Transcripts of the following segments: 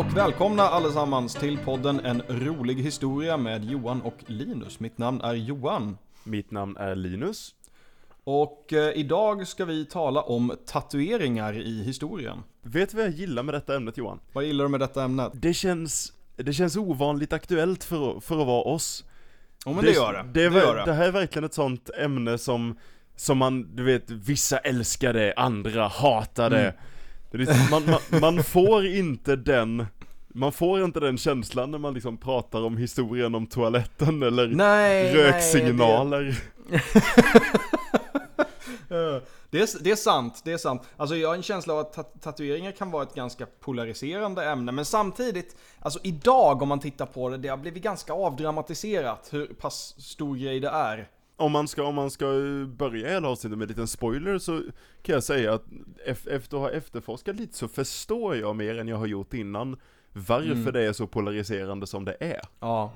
och välkomna allesammans till podden En rolig historia med Johan och Linus. Mitt namn är Johan. Mitt namn är Linus. Och idag ska vi tala om tatueringar i historien. Vet du vad jag gillar med detta ämnet, Johan? Vad gillar du med detta ämnet? Det känns ovanligt aktuellt för att vara oss. Ja, men det gör det. Det här är verkligen ett sånt ämne som man, du vet, vissa älskar det, andra hatar det. Man får inte den känslan när man liksom pratar om historien om toaletten eller röksignaler. Det är sant. Alltså jag har en känsla av att tatueringar kan vara ett ganska polariserande ämne. Men samtidigt, alltså idag om man tittar på det har blivit ganska avdramatiserat hur pass stor grej det är. Om man ska börja hela avsnittet med en liten spoiler så kan jag säga att efter att ha efterforskat lite så förstår jag mer än jag har gjort innan varför det är så polariserande som det är. Ja.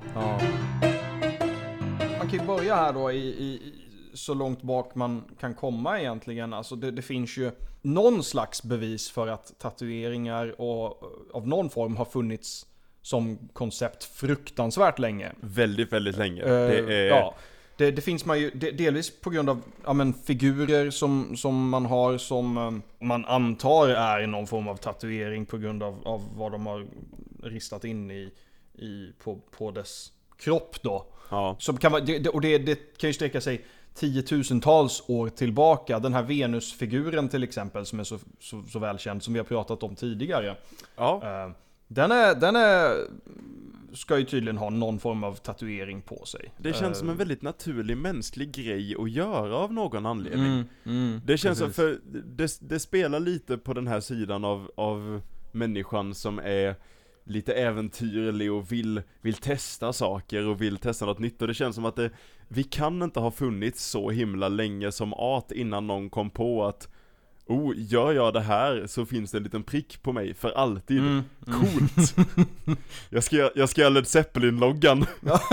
Man kan ju börja här då i så långt bak man kan komma egentligen. Alltså det finns ju någon slags bevis för att tatueringar och av någon form har funnits som koncept fruktansvärt länge. Väldigt, väldigt länge. Det finns man ju delvis på grund av figurer som man har som man antar är någon form av tatuering på grund av vad de har ristat in på dess kropp då. Ja. Som kan vara, det kan ju sträcka sig 10-tusentals år tillbaka. Den här Venusfiguren till exempel som är så välkänd som vi har pratat om tidigare. Ja. Den ska ju tydligen ha någon form av tatuering på sig. Det känns som en väldigt naturlig mänsklig grej att göra av någon anledning. Det känns som, för det spelar lite på den här sidan av människan som är lite äventyrlig och vill testa saker och vill testa något nytt. Och det känns som att vi kan inte ha funnits så himla länge som art innan någon kom på att gör jag det här så finns det en liten prick på mig för alltid. Coolt. Jag ska göra Led Zeppelin-loggan.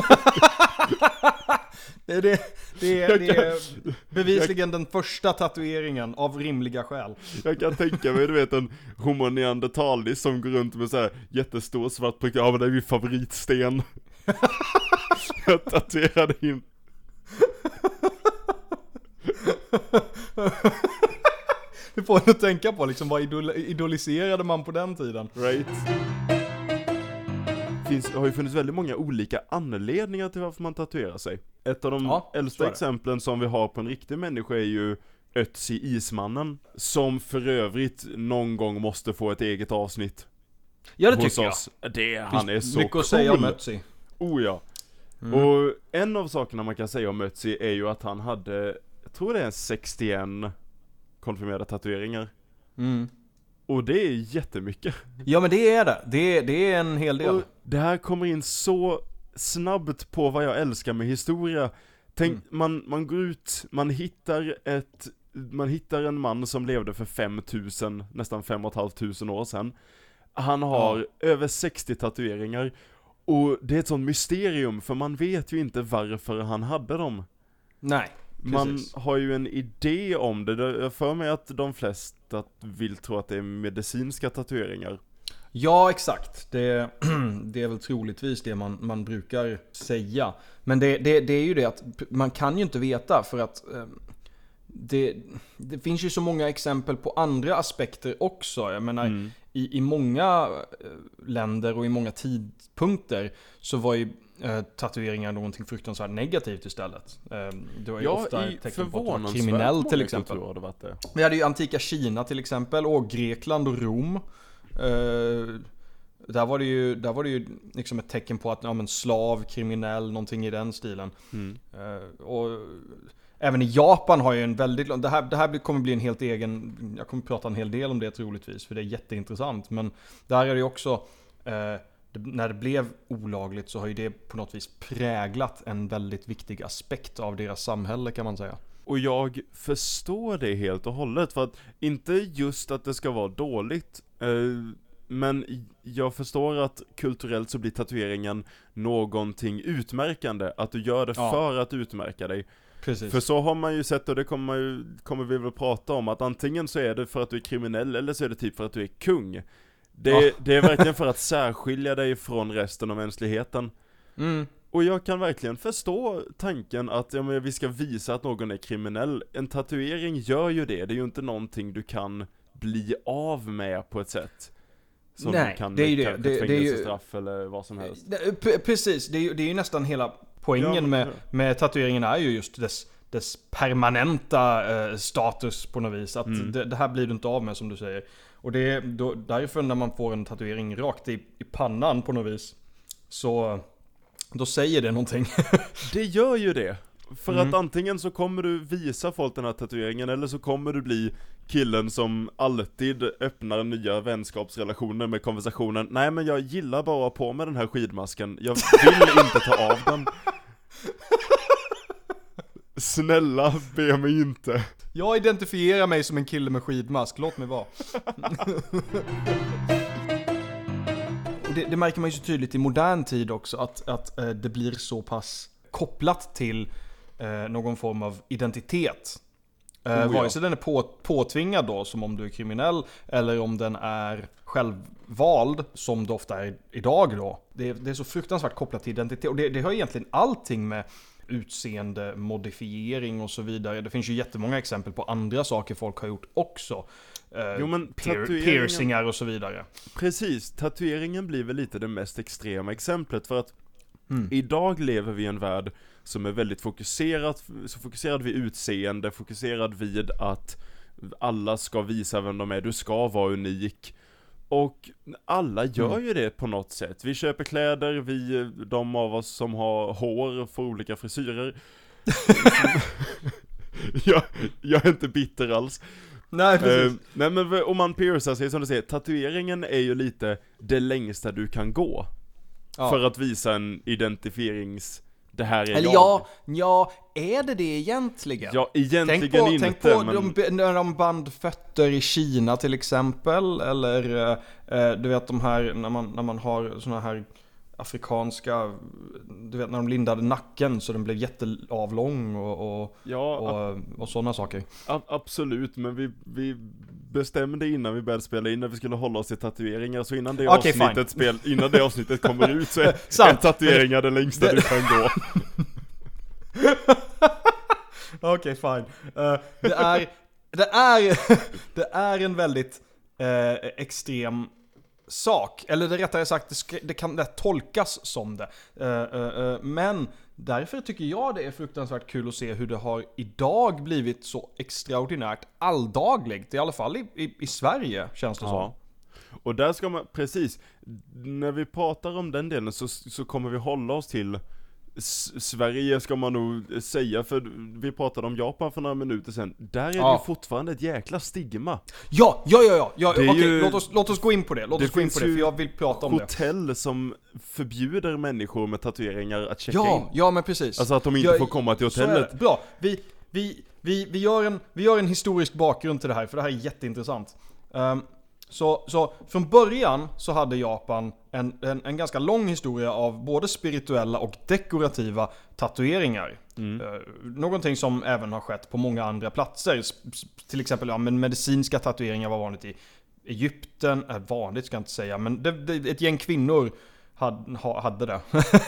Det är bevisligen den första tatueringen av rimliga skäl. Jag kan tänka mig, du vet, en homo neandertalis som går runt med så här jättestor svart prick. Ja, men det är min favoritsten. Jag tatuerade in. Det får en att tänka på liksom, vad idoliserade man på den tiden? Right. Har ju funnits väldigt många olika anledningar till varför man tatuerar sig. Ett av de äldsta exemplen som vi har på en riktig människa är ju Ötzi Ismannen, som för övrigt någon gång måste få ett eget avsnitt. Ja, det tycker jag. Han är så mycket cool. Att säga om Ötzi. Ja. Och en av sakerna man kan säga om Ötzi är ju att han hade, jag tror det är 61 konfirmerade tatueringar. Och det är jättemycket. Ja, men det är det. Det är en hel del. Och det här kommer in så snabbt på vad jag älskar med historia. Tänk, man går ut, man hittar en man som levde för 5000, nästan 5500 år sedan. Han har över 60 tatueringar. Och det är ett sånt mysterium, för man vet ju inte varför han hade dem. Nej. Man har ju en idé om det. Jag för mig att de flesta vill tro att det är medicinska tatueringar. Ja, exakt. Det är väl troligtvis det man brukar säga. Men det är ju det att man kan ju inte veta, för att det finns ju så många exempel på andra aspekter också. Jag menar, i många länder och i många tidpunkter så var ju tatueringar någonting fruktansvärt negativt istället. Det var ju ofta ett tecken på att vara kriminell till exempel. Vi hade ju antika Kina till exempel, och Grekland och Rom. Där var det ju liksom ett tecken på att slav, kriminell, någonting i den stilen. Och även i Japan har ju en väldigt det här kommer bli en helt egen, jag kommer prata en hel del om det troligtvis, för det är jätteintressant, men där är det ju också när det blev olagligt så har ju det på något vis präglat en väldigt viktig aspekt av deras samhälle, kan man säga. Och jag förstår det helt och hållet, för att inte just att det ska vara dåligt, men jag förstår att kulturellt så blir tatueringen någonting utmärkande, att du gör det för att utmärka dig. Precis. För så har man ju sett, och det kommer vi väl prata om, att antingen så är det för att du är kriminell eller så är det typ för att du är kung. Det är verkligen för att särskilja dig från resten av mänskligheten. Och jag kan verkligen förstå tanken att vi ska visa att någon är kriminell. En tatuering gör ju det. Det är ju inte någonting du kan bli av med på ett sätt som Nej, kan det är ju det. Fängelsestraff eller vad som helst. Precis, det är ju nästan hela poängen med tatueringen är ju just dess permanenta status på något vis. Att det här blir du inte av med, som du säger. Och det är därför när man får en tatuering rakt i pannan på något vis, så då säger det någonting. Det gör ju det. För att antingen så kommer du visa folk den här tatueringen, eller så kommer du bli killen som alltid öppnar nya vänskapsrelationer med konversationen. Nej, men jag gillar bara på med den här skidmasken. Jag vill inte ta av den. Snälla, be mig inte. Jag identifierar mig som en kille med skidmask, låt mig vara. Det märker man ju så tydligt i modern tid också, att det blir så pass kopplat till någon form av identitet. Vare sig den är påtvingad då, som om du är kriminell, eller om den är självvald, som det ofta är idag då. Det är så fruktansvärt kopplat till identitet, och det har egentligen allting med utseende, modifiering och så vidare. Det finns ju jättemånga exempel på andra saker folk har gjort också. Piercingar och så vidare. Precis, tatueringen blir väl lite det mest extrema exemplet, för att idag lever vi i en värld som är väldigt fokuserad vid utseende, fokuserad vid att alla ska visa vem de är, du ska vara unik. Och alla gör ju det på något sätt. Vi köper kläder, de av oss som har hår får olika frisyrer. jag är inte bitter alls. Nej, precis. Nej, men om man piercar sig, som du säger, tatueringen är ju lite det längsta du kan gå. Ja. För att visa en det här är eller jag. Ja, är det egentligen? Ja, egentligen inte. Tänk på när de band fötter i Kina till exempel. Eller du vet de här, när man har såna här afrikanska, du vet när de lindade nacken så den blev jätteavlång och sådana saker. Absolut, men vi bestämde innan vi började spela in när vi skulle hålla oss i tatueringar, så innan det avsnittet kommer ut så är tatueringar det längsta du kan gå. Okej, fine. Det är en väldigt extrem sak, eller det rättare sagt, det kan lätt tolkas som det. Men därför tycker jag det är fruktansvärt kul att se hur det har idag blivit så extraordinärt alldagligt, i alla fall i Sverige känns det som. Och där ska man, precis, när vi pratar om den delen så kommer vi hålla oss till Sverige, ska man nog säga, för vi pratade om Japan för några minuter sedan. Där är det ju fortfarande ett jäkla stigma. Ja. Okej, låt oss gå in på det. För jag vill prata om det. Hotell som förbjuder människor med tatueringar att checka in. Ja, men precis. Alltså att de inte får komma till hotellet. Bra. Vi gör en historisk bakgrund till det här, för det här är jätteintressant. Så från början så hade Japan en ganska lång historia av både spirituella och dekorativa tatueringar. Någonting som även har skett på många andra platser. Till exempel men medicinska tatueringar var vanligt i Egypten. Vanligt ska jag inte säga, men ett gäng kvinnor hade det.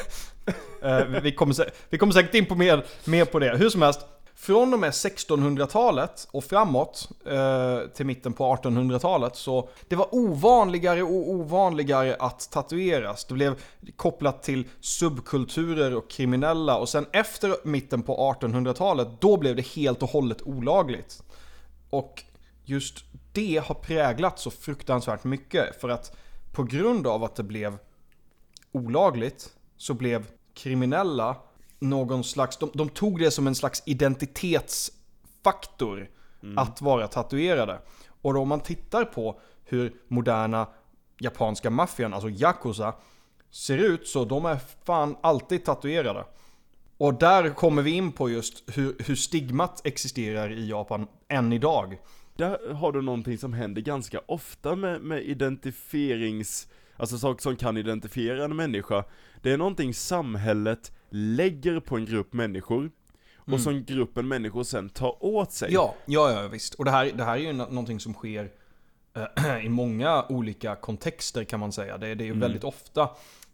Vi kommer säkert in på mer på det. Hur som helst, från och med 1600-talet och framåt till mitten på 1800-talet, så det var ovanligare att tatueras. Det blev kopplat till subkulturer och kriminella, och sen efter mitten på 1800-talet då blev det helt och hållet olagligt. Och just det har präglat så fruktansvärt mycket, för att på grund av att det blev olagligt så blev kriminella någon slags, de tog det som en slags identitetsfaktor att vara tatuerade. Och då om man tittar på hur moderna japanska maffian, alltså yakuza, ser ut, så de är fan alltid tatuerade. Och där kommer vi in på just hur stigmat existerar i Japan än idag. Där har du någonting som händer ganska ofta med identifierings... Alltså saker som kan identifiera en människa. Det är någonting samhället lägger på en grupp människor och som gruppen människor sen tar åt sig. Ja, visst. Och det här är ju någonting som sker i många olika kontexter kan man säga. Det är ju väldigt ofta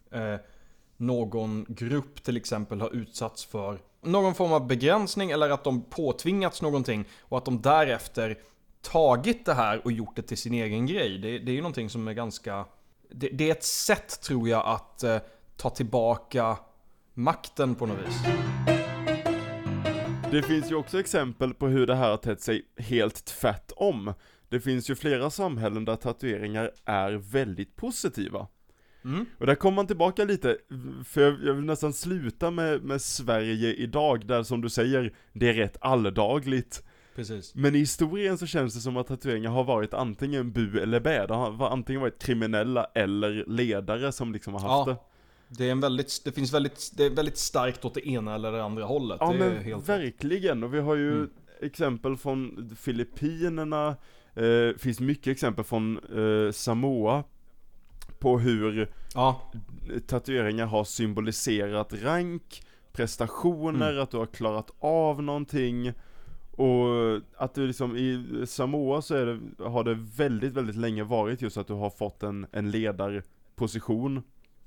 någon grupp till exempel har utsatts för någon form av begränsning eller att de påtvingats någonting och att de därefter tagit det här och gjort det till sin egen grej. Det är ju någonting som är ganska... Det är ett sätt, tror jag, att ta tillbaka makten på något vis. Det finns ju också exempel på hur det här har tett sig helt tvärtom. Det finns ju flera samhällen där tatueringar är väldigt positiva. Och där kommer man tillbaka lite, för jag vill nästan sluta med Sverige idag, där som du säger, det är rätt alldagligt. Precis. Men i historien så känns det som att tatueringar har varit antingen bu eller bä. Det har antingen varit kriminella eller ledare som liksom har haft det. Det är väldigt starkt åt det ena eller det andra hållet. Ja, det men är helt verkligen. Och vi har ju exempel från Filippinerna. Finns mycket exempel från Samoa på hur tatueringar har symboliserat rank, prestationer, att du har klarat av någonting. Och att du liksom i Samoa så har det väldigt, väldigt länge varit just att du har fått en ledarposition.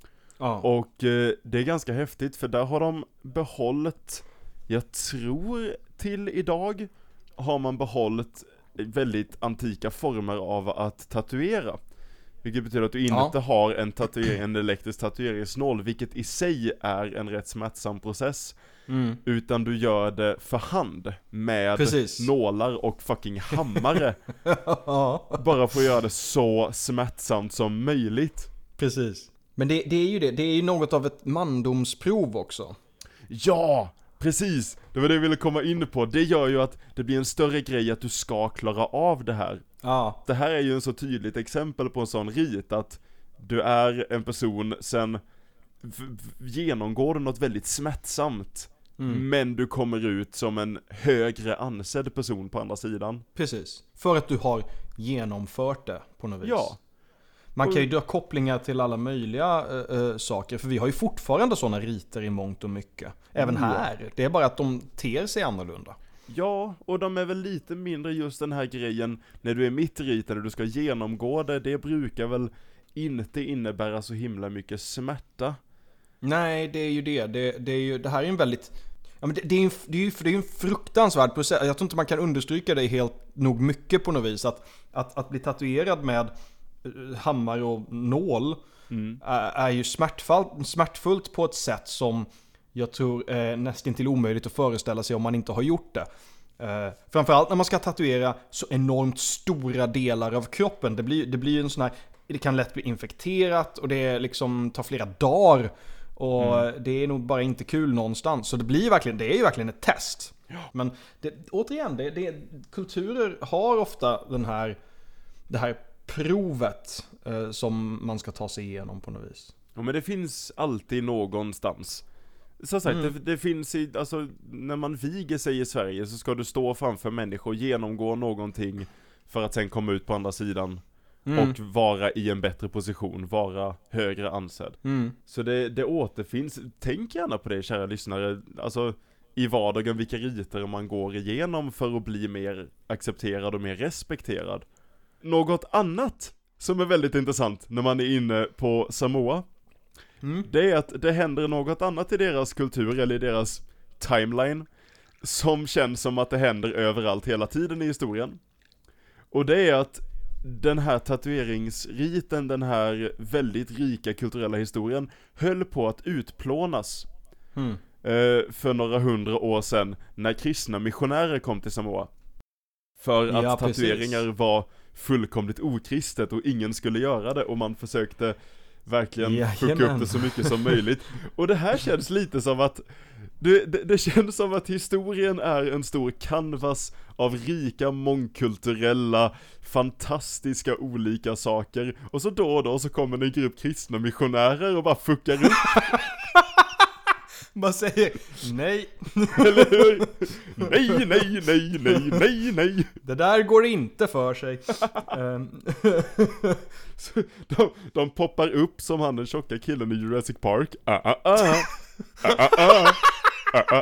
Och det är ganska häftigt, för där har de behållit, jag tror till idag har man behållit väldigt antika former av att tatuera. Vilket betyder att du inte har en elektrisk tatueringsnål, vilket i sig är en rätt smärtsam process. Utan du gör det för hand med nålar och fucking hammare. Bara för att göra det så smärtsamt som möjligt. Precis. Men det är ju det är ju något av ett mandomsprov också. Ja, precis. Det var det jag ville komma in på. Det gör ju att det blir en större grej att du ska klara av det här. Det här är ju en så tydligt exempel på en sån rit, att du är en person, sen genomgår du något väldigt smärtsamt. Men du kommer ut som en högre ansedd person på andra sidan. Precis. För att du har genomfört det på något vis. Ja. Man kan ju dra kopplingar till alla möjliga saker. För vi har ju fortfarande sådana riter i mångt och mycket. Även här. Det är bara att de ter sig annorlunda. Ja, och de är väl lite mindre just den här grejen när du är mitt i riten och du ska genomgå det. Det brukar väl inte innebära så himla mycket smärta. Nej, det är ju det. Det här är en väldigt... Ja, men det är ju en fruktansvärd process. Jag tror inte man kan understryka det helt nog mycket på något vis. Att bli tatuerad med hammare och nål är ju smärtfullt på ett sätt som jag tror är nästan till omöjligt att föreställa sig om man inte har gjort det. Framförallt när man ska tatuera så enormt stora delar av kroppen. Det blir en sån här, det kan lätt bli infekterat och det liksom tar flera dagar. Och det är nog bara inte kul någonstans. Så det är ju verkligen ett test. Ja. Men kulturer har ofta det här provet som man ska ta sig igenom på något vis. Ja, men det finns alltid någonstans. Så sagt, det finns alltså när man viger sig i Sverige så ska du stå framför människor och genomgå någonting för att sen komma ut på andra sidan. Och vara i en bättre position, vara högre ansedd. Så det återfinns. Tänk gärna på det, kära lyssnare. Alltså i vardagen, vilka riter man går igenom för att bli mer accepterad och mer respekterad. Något annat som är väldigt intressant när man är inne på Samoa, det är att det händer något annat i deras kultur eller i deras timeline som känns som att det händer överallt hela tiden i historien. Och det är att den här tatueringsriten, den här väldigt rika kulturella historien höll på att utplånas för några 100 år sedan när kristna missionärer kom till Samoa. För att tatueringar var fullkomligt okristet och ingen skulle göra det, och man försökte verkligen fucka upp det så mycket som möjligt. Och det här känns lite som att det känns som att historien är en stor canvas av rika, mångkulturella, fantastiska olika saker. Och så då och då så kommer en grupp kristna missionärer och bara fuckar upp. Man säger nej. Eller hur? Nej. Det där går inte för sig. de poppar upp som han den tjocka killen i Jurassic Park.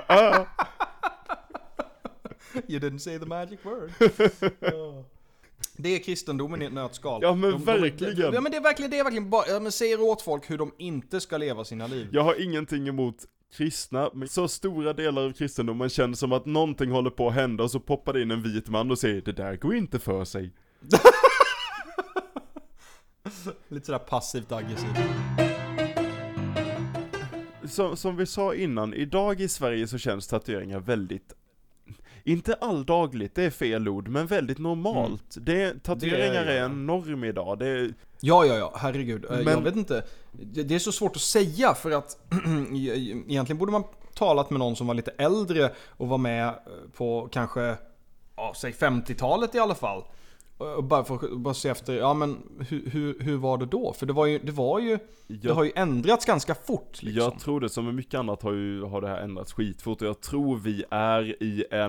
You didn't say the magic word. Det är kristendomen i ett nötskal. Ja men verkligen. Ja men det är verkligen bara, ja, men säger åt folk hur de inte ska leva sina liv. Jag har ingenting emot kristna, men så stora delar av kristendomen känns som att någonting håller på att hända och så poppar det in en vit man och säger det där går inte för sig. Lite sådär passivt aggressivt. Som vi sa innan, idag i Sverige så känns tatueringar väldigt, inte alldagligt, det är fel ord, men väldigt normalt. Tatueringar är en norm idag. Ja, herregud. Men jag vet inte. Det är så svårt att säga för att egentligen borde man talat med någon som var lite äldre och var med på kanske, säg 50-talet i alla fall. Och bara se efter, ja men hur var det då? För det har ju ändrats ganska fort liksom. Jag tror det, som med mycket annat har det här ändrats skitfort, och jag tror vi är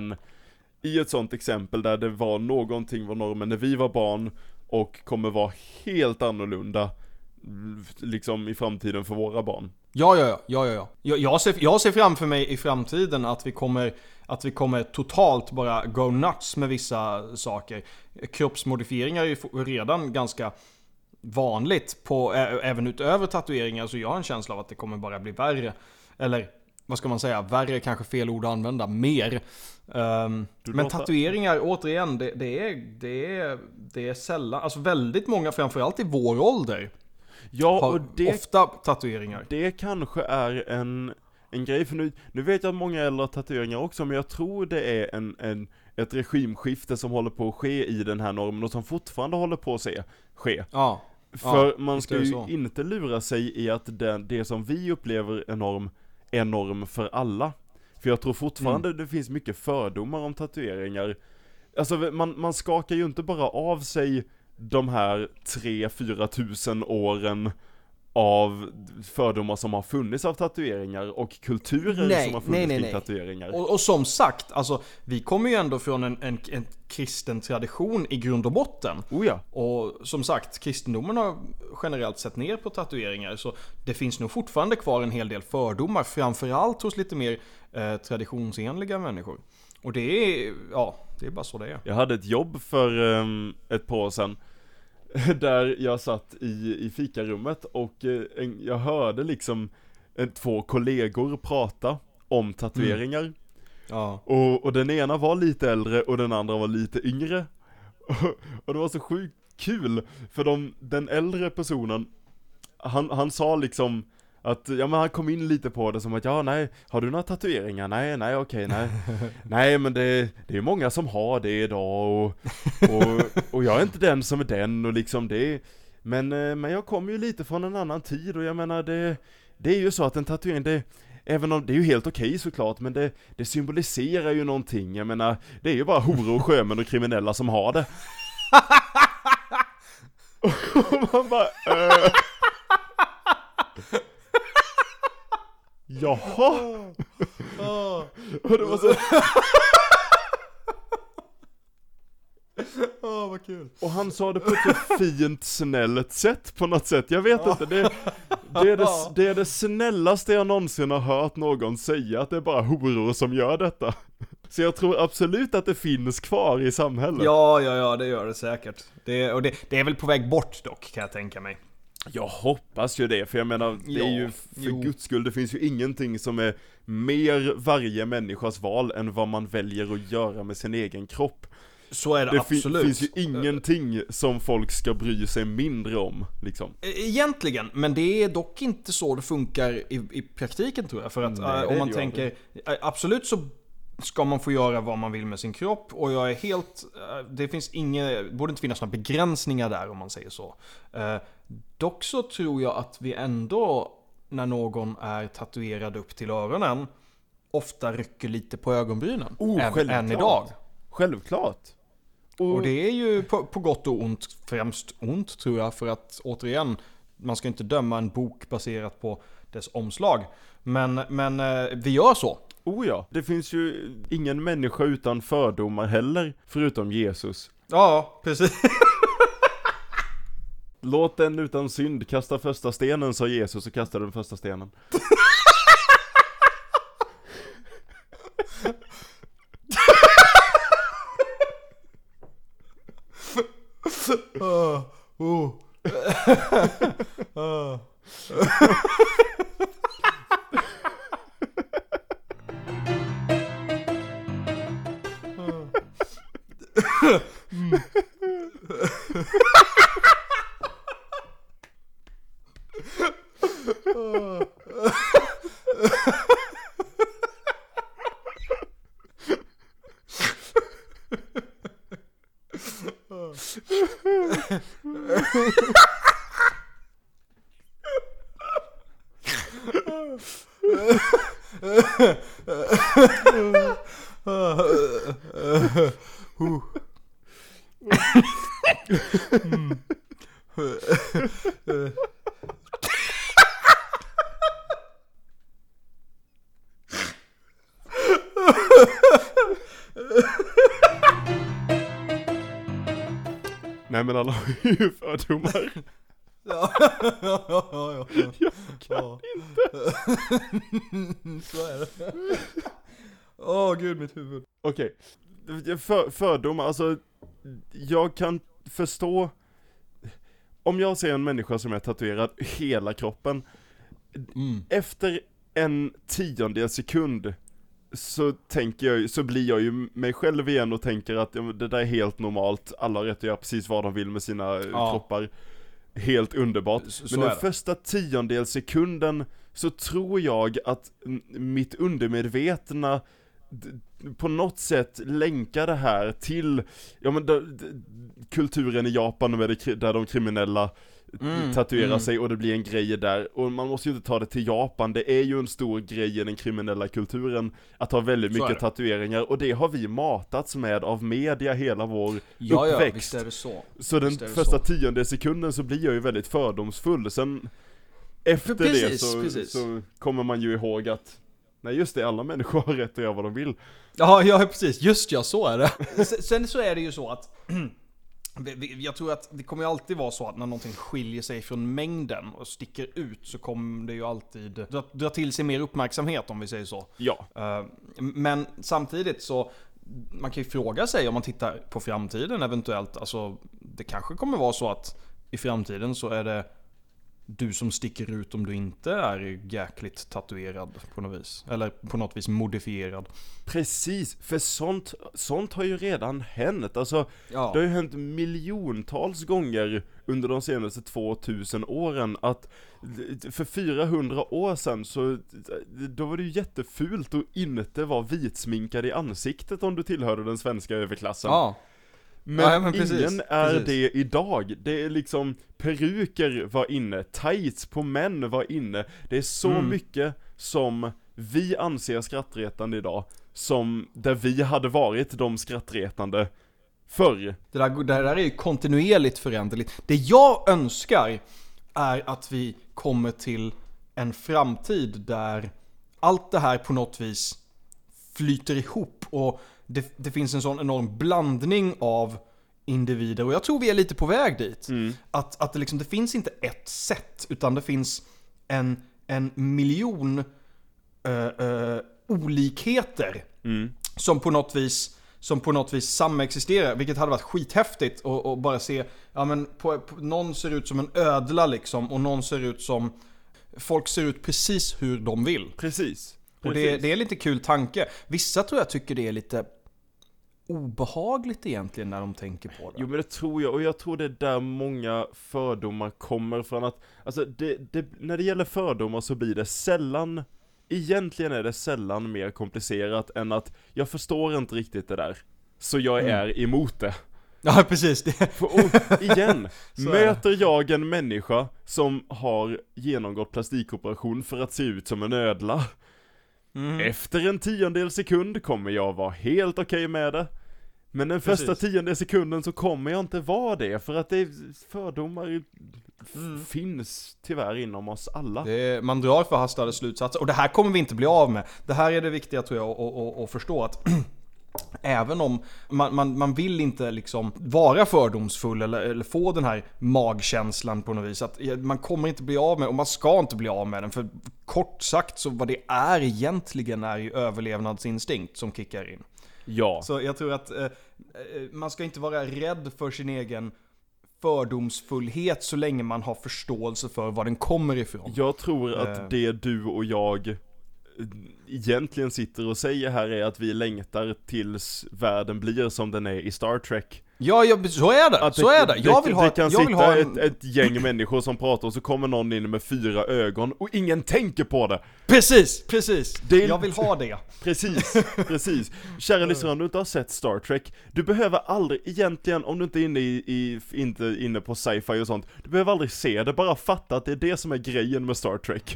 i ett sånt exempel där det var någonting var normen när vi var barn och kommer vara helt annorlunda liksom i framtiden för våra barn. Ja. Jag ser framför mig i framtiden att vi kommer totalt bara go nuts med vissa saker. Kroppsmodifieringar är ju redan ganska vanligt även utöver tatueringar, så jag har en känsla av att det kommer bara bli värre. Eller vad ska man säga? Värre är kanske fel ord att använda. Mer. Men tatueringar, återigen, det är sällan, alltså väldigt många, framförallt i vår ålder, har ofta tatueringar. Det kanske är en grej, för nu vet jag att många äldre har tatueringar också, men jag tror det är ett regimskifte som håller på att ske i den här normen och som fortfarande håller på att ske. Ja. För man ska ju inte lura sig i att det som vi upplever är norm för alla. För jag tror fortfarande det finns mycket fördomar om tatueringar. Alltså man skakar ju inte bara av sig de här 3-4 tusen åren av fördomar som har funnits av tatueringar och kulturer som har funnits kring tatueringar. Och som sagt, alltså, vi kommer ju ändå från en kristen tradition i grund och botten. Oh ja. Och som sagt, kristendomen har generellt sett ner på tatueringar, så det finns nog fortfarande kvar en hel del fördomar, framförallt hos lite mer traditionsenliga människor. Och det är bara så det är. Jag hade ett jobb för ett par år sedan där jag satt i fikarummet och jag hörde liksom 2 kollegor prata om tatueringar. Ja. Och den ena var lite äldre och den andra var lite yngre. Och det var så sjukt kul, för den äldre personen, han sa liksom att, ja men han kom in lite på det som att, ja nej, har du några tatueringar? Nej, okej, nej. Nej, men det är många som har det idag och jag är inte den som är den och liksom det. Men jag kommer ju lite från en annan tid och jag menar det är ju så att en tatuering, även om det är ju helt okej såklart, men det symboliserar ju någonting. Jag menar, det är ju bara horor och sjömän och kriminella som har det. Och man bara jaha. Och det var så vad kul. Och han sa det på ett fint, snällt sätt på något sätt. Jag vet inte, det är det snällaste jag någonsin har hört någon säga, att det är bara horor som gör detta. Så jag tror absolut att det finns kvar i samhället. Ja, det gör det säkert. Det är väl på väg bort dock, kan jag tänka mig. Jag hoppas ju det, för jag menar, det är ju för Guds skull, det finns ju ingenting som är mer varje människas val än vad man väljer att göra med sin egen kropp. Så är det absolut. Det finns ju ingenting som folk ska bry sig mindre om, liksom. Egentligen, men det är dock inte så det funkar i praktiken, tror jag. För att om man tänker, absolut så ska man få göra vad man vill med sin kropp, och jag är helt, det borde inte finnas några begränsningar där, om man säger så. Dock så tror jag att vi ändå, när någon är tatuerad upp till öronen, ofta rycker lite på ögonbrynen. Än idag. Självklart. Och det är ju på gott och ont, främst ont tror jag, för att återigen, man ska inte döma en bok baserat på dess omslag. Men vi gör så. Oh ja, det finns ju ingen människa utan fördomar heller, förutom Jesus. Ja, precis. Låt den utan synd kasta första stenen, sa Jesus, och kastade den första stenen. Nej men alla har ju fördomar. Ja. Jag kan inte. Så är det. Åh gud, mitt huvud. Okej. Fördomar, alltså jag kan förstå. Om jag ser en människa som är tatuerad hela kroppen, efter en 10:e sekund så blir jag ju mig själv igen och tänker att det där är helt normalt. Alla har rätt att göra precis vad de vill med sina kroppar. Helt underbart. Men den första 10:e sekunden så tror jag att mitt undermedvetna på något sätt länkar det här till kulturen i Japan där de kriminella tatuerar sig och det blir en grej där. Och man måste ju inte ta det till Japan. Det är ju en stor grej i den kriminella kulturen att ha väldigt mycket tatueringar. Och det har vi matats med av media hela vår uppväxt. Ja, visst är det så. Så den första 10:e sekunden så blir jag ju väldigt fördomsfull. Sen efter det så kommer man ju ihåg att nej just det, alla människor har rätt att göra vad de vill. Ja, precis. Just ja, så är det. Sen så är det ju så att jag tror att det kommer ju alltid vara så att när någonting skiljer sig från mängden och sticker ut så kommer det ju alltid dra till sig mer uppmärksamhet, om vi säger så. Ja. Men samtidigt så man kan ju fråga sig om man tittar på framtiden eventuellt, alltså det kanske kommer vara så att i framtiden så är det du som sticker ut om du inte är jäkligt tatuerad på något vis. Eller på något vis modifierad. Precis, för sånt har ju redan hänt. Alltså, det har ju hänt miljontals gånger under de senaste 2000 åren att för 400 år sedan så då var det ju jättefult att inte vara vitsminkad i ansiktet om du tillhörde den svenska överklassen. Ja. Men ingen är det idag. Det är liksom peruker var inne, tights på män var inne. Det är så mycket som vi anser skrattretande idag som där vi hade varit de skrattretande förr. Det där är ju kontinuerligt föränderligt. Det jag önskar är att vi kommer till en framtid där allt det här på något vis flyter ihop och det finns en sån enorm blandning av individer, och jag tror vi är lite på väg dit. Att det finns inte ett sätt, utan det finns en miljon olikheter som på något vis samexisterar, vilket hade varit skithäftigt och bara se, ja men på någon ser ut som en ödla liksom, och någon ser ut som folk ser ut precis hur de vill. Precis. Och det är lite kul tanke. Vissa tror jag tycker det är lite obehagligt egentligen när de tänker på det. Jo, men det tror jag. Och jag tror det är där många fördomar kommer från. Att, alltså när det gäller fördomar så blir det sällan, egentligen är det sällan mer komplicerat än att jag förstår inte riktigt det där, så jag är emot det. Ja, precis. Igen, möter jag en människa som har genomgått plastikoperation för att se ut som en ödla, efter en 10:e sekund kommer jag vara helt okej med det. Men den första 10:e sekunden så kommer jag inte vara det, för att fördomar finns tyvärr inom oss alla. Man drar förhastade slutsatser, och det här kommer vi inte bli av med. Det här är det viktiga, tror jag, att förstå att även om man vill inte liksom vara fördomsfull eller få den här magkänslan på något vis, att man kommer inte bli av med, och man ska inte bli av med den, för kort sagt så vad det är egentligen är ju överlevnadsinstinkt som kickar in. Ja. Så jag tror att man ska inte vara rädd för sin egen fördomsfullhet så länge man har förståelse för var den kommer ifrån. Jag tror att det du och jag egentligen sitter och säger här är att vi längtar tills världen blir som den är i Star Trek. Ja, så är det. Så är det. Jag vill ha, det kan sitta ett gäng människor som pratar och så kommer någon in med 4 ögon och ingen tänker på det. Precis. Jag vill ha det. Precis. Kära lyssnare, om du inte har sett Star Trek, du behöver aldrig, egentligen, om du inte är inte inne på sci-fi och sånt, du behöver aldrig se det, bara fatta att det är det som är grejen med Star Trek.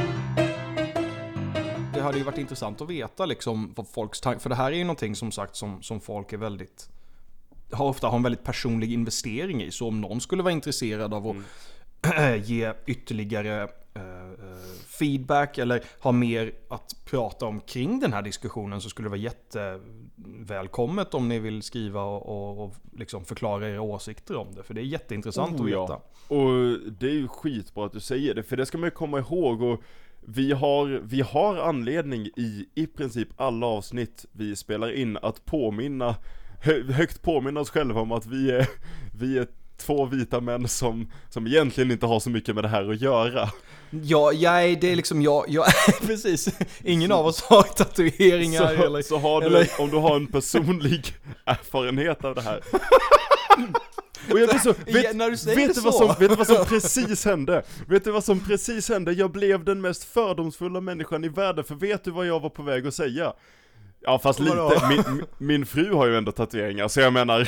Det hade ju varit intressant att veta liksom vad folks tankar, för det här är ju någonting som sagt som folk är väldigt, ofta har en väldigt personlig investering i, så om någon skulle vara intresserad av att ge ytterligare feedback eller ha mer att prata om kring den här diskussionen, så skulle det vara jättevälkommet om ni vill skriva och liksom förklara era åsikter om det, för det är jätteintressant att veta. Ja. Och det är ju skitbra att du säger det, för det ska man ju komma ihåg, och vi har anledning i princip alla avsnitt vi spelar in att högt påminna oss själva om att vi är 2 vita män som egentligen inte har så mycket med det här att göra. Ja, det är liksom jag precis. Ingen av oss har tatueringar så har du, om du har en personlig erfarenhet av det här. Och jag blir så, vet du vad som precis hände? Vet du vad som precis hände? Jag blev den mest fördomsfulla människan i världen, för vet du vad jag var på väg att säga? Ja, fast lite, min fru har ju ändå tatueringar, så jag menar...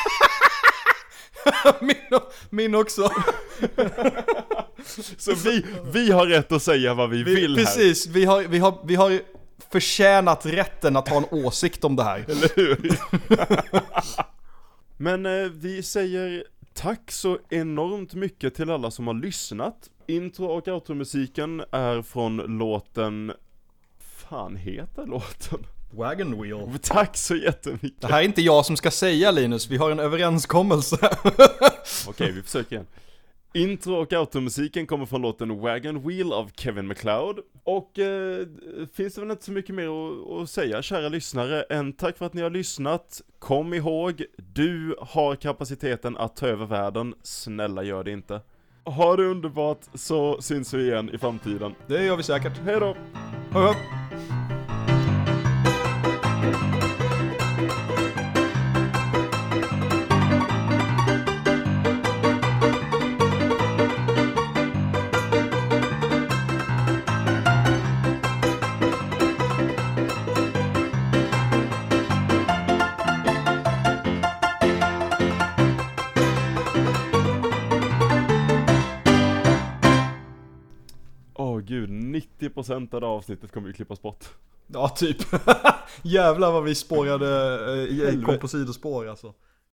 min också. Så vi har rätt att säga vad vi vill här. Precis, vi har förtjänat rätten att ha en åsikt om det här. Eller hur? Men vi säger tack så enormt mycket till alla som har lyssnat. Intro- och outro-musiken är från låten... Fan heter låten? Wagon Wheel. Tack så jättemycket. Det här är inte jag som ska säga, Linus. Vi har en överenskommelse. Okej, vi försöker igen. Intro- och outro-musiken kommer från låten Wagon Wheel av Kevin MacLeod. Och finns det väl inte så mycket mer att säga, kära lyssnare, än tack för att ni har lyssnat. Kom ihåg, du har kapaciteten att ta över världen. Snälla gör det inte. Ha det underbart, så syns vi igen i framtiden. Det gör vi säkert. Hej då. Hej. Gud, 90% av det avsnittet kommer ju klippas bort. Ja, typ. Jävlar vad vi spårade kom på sidospår alltså.